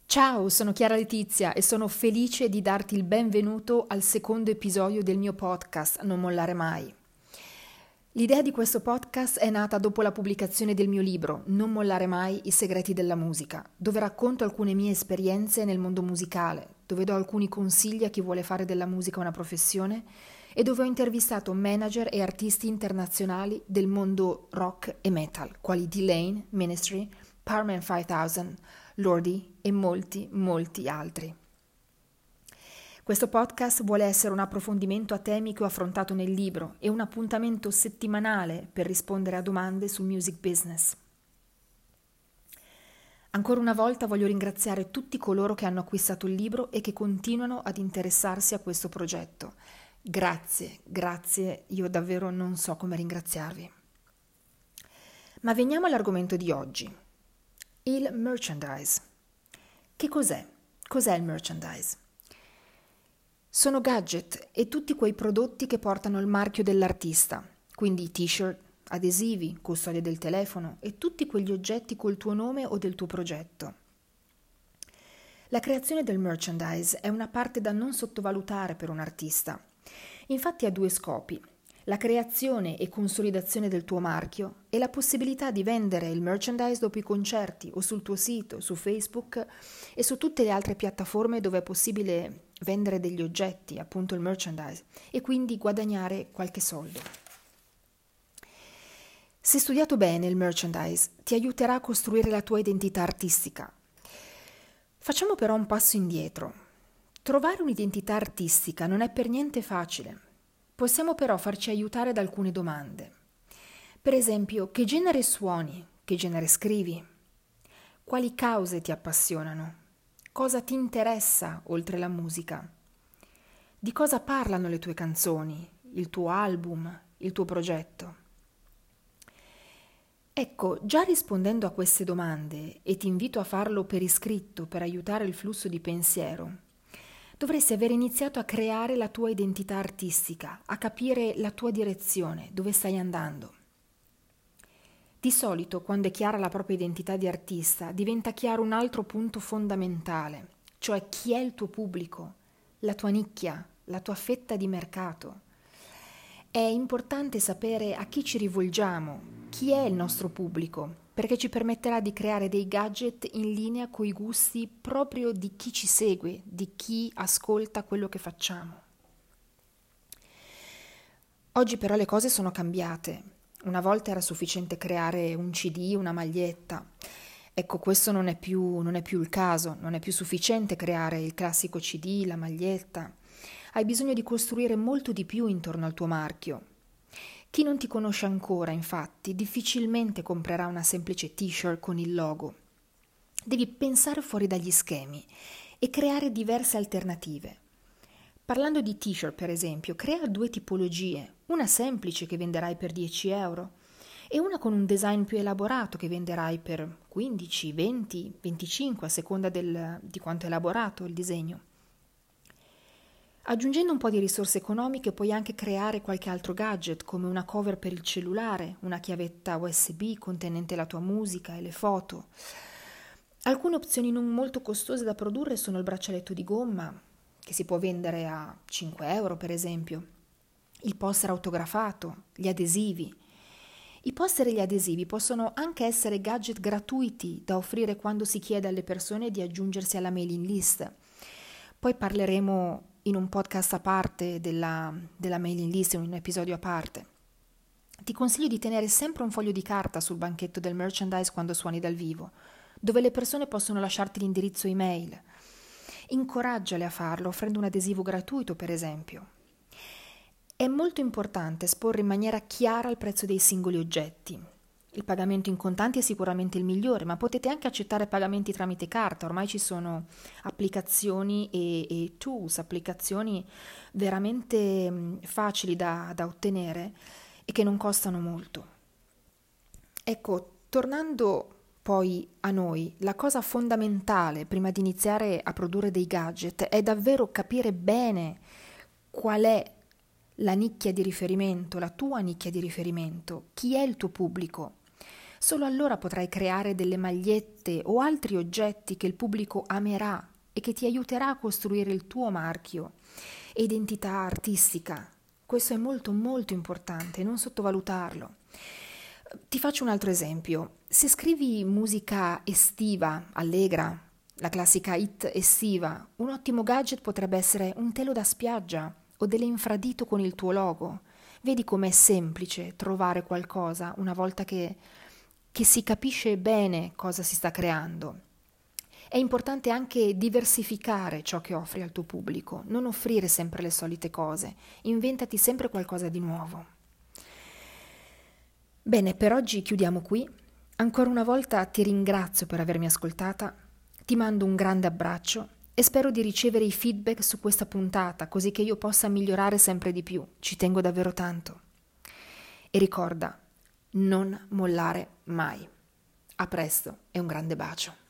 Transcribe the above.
Ciao, sono Chiara Letizia e sono felice di darti il benvenuto al secondo episodio del mio podcast Non mollare mai. L'idea di questo podcast è nata dopo la pubblicazione del mio libro Non mollare mai, i segreti della musica, dove racconto alcune mie esperienze nel mondo musicale, dove do alcuni consigli a chi vuole fare della musica una professione e dove ho intervistato manager e artisti internazionali del mondo rock e metal, quali D-Lane, Ministry, Powerman 5000, Lordi e molti altri. Questo podcast vuole essere un approfondimento a temi che ho affrontato nel libro e un appuntamento settimanale per rispondere a domande sul music business. Ancora una volta voglio ringraziare tutti coloro che hanno acquistato il libro e che continuano ad interessarsi a questo progetto. Grazie, io davvero non so come ringraziarvi. Ma veniamo all'argomento di oggi. Il merchandise. Che cos'è? Cos'è il merchandise? Sono gadget e tutti quei prodotti che portano il marchio dell'artista, quindi t-shirt, adesivi, custodie del telefono e tutti quegli oggetti col tuo nome o del tuo progetto. La creazione del merchandise è una parte da non sottovalutare per un artista. Infatti ha due scopi: la creazione e consolidazione del tuo marchio e la possibilità di vendere il merchandise dopo i concerti o sul tuo sito, su Facebook e su tutte le altre piattaforme dove è possibile vendere degli oggetti, appunto il merchandise, e quindi guadagnare qualche soldo. Se studiato bene il merchandise ti aiuterà a costruire la tua identità artistica. Facciamo però un passo indietro. Trovare un'identità artistica non è per niente facile. Possiamo però farci aiutare da alcune domande. Per esempio, che genere suoni? Che genere scrivi? Quali cause ti appassionano? Cosa ti interessa oltre la musica? Di cosa parlano le tue canzoni, il tuo album, il tuo progetto? Ecco, già rispondendo a queste domande, e ti invito a farlo per iscritto per aiutare il flusso di pensiero, dovresti aver iniziato a creare la tua identità artistica, a capire la tua direzione, dove stai andando. Di solito, quando è chiara la propria identità di artista, diventa chiaro un altro punto fondamentale, cioè chi è il tuo pubblico, la tua nicchia, la tua fetta di mercato. È importante sapere a chi ci rivolgiamo, chi è il nostro pubblico, perché ci permetterà di creare dei gadget in linea coi gusti proprio di chi ci segue, di chi ascolta quello che facciamo. Oggi però le cose sono cambiate. Una volta era sufficiente creare un CD, una maglietta. Ecco, questo non è più il caso, non è più sufficiente creare il classico CD, la maglietta. Hai bisogno di costruire molto di più intorno al tuo marchio. Chi non ti conosce ancora, infatti, difficilmente comprerà una semplice t-shirt con il logo. Devi pensare fuori dagli schemi e creare diverse alternative. Parlando di t-shirt, per esempio, crea due tipologie, una semplice che venderai per 10 euro e una con un design più elaborato che venderai per 15, 20, 25 a seconda di quanto è elaborato il disegno. Aggiungendo un po' di risorse economiche puoi anche creare qualche altro gadget come una cover per il cellulare, una chiavetta USB contenente la tua musica e le foto. Alcune opzioni non molto costose da produrre sono il braccialetto di gomma, che si può vendere a 5 euro per esempio, il poster autografato, gli adesivi. I poster e gli adesivi possono anche essere gadget gratuiti da offrire quando si chiede alle persone di aggiungersi alla mailing list. Poi parleremo in un podcast a parte della mailing list, in un episodio a parte. Ti consiglio di tenere sempre un foglio di carta sul banchetto del merchandise quando suoni dal vivo, dove le persone possono lasciarti l'indirizzo email. Incoraggiale a farlo offrendo un adesivo gratuito, per esempio. È molto importante esporre in maniera chiara il prezzo dei singoli oggetti. Il pagamento in contanti è sicuramente il migliore, ma potete anche accettare pagamenti tramite carta. Ormai ci sono applicazioni e tools, applicazioni veramente facili da ottenere e che non costano molto. Ecco, tornando poi a noi, la cosa fondamentale prima di iniziare a produrre dei gadget è davvero capire bene qual è la nicchia di riferimento, la tua nicchia di riferimento, chi è il tuo pubblico. Solo allora potrai creare delle magliette o altri oggetti che il pubblico amerà e che ti aiuterà a costruire il tuo marchio e identità artistica. Questo è molto molto importante, non sottovalutarlo. Ti faccio un altro esempio. Se scrivi musica estiva, allegra, la classica hit estiva, un ottimo gadget potrebbe essere un telo da spiaggia o delle infradito con il tuo logo. Vedi com'è semplice trovare qualcosa una volta che si capisce bene cosa si sta creando. È importante anche diversificare ciò che offri al tuo pubblico, non offrire sempre le solite cose, inventati sempre qualcosa di nuovo. Bene, per oggi chiudiamo qui. Ancora una volta ti ringrazio per avermi ascoltata, ti mando un grande abbraccio e spero di ricevere i feedback su questa puntata, così che io possa migliorare sempre di più. Ci tengo davvero tanto. E ricorda, non mollare mai. A presto e un grande bacio.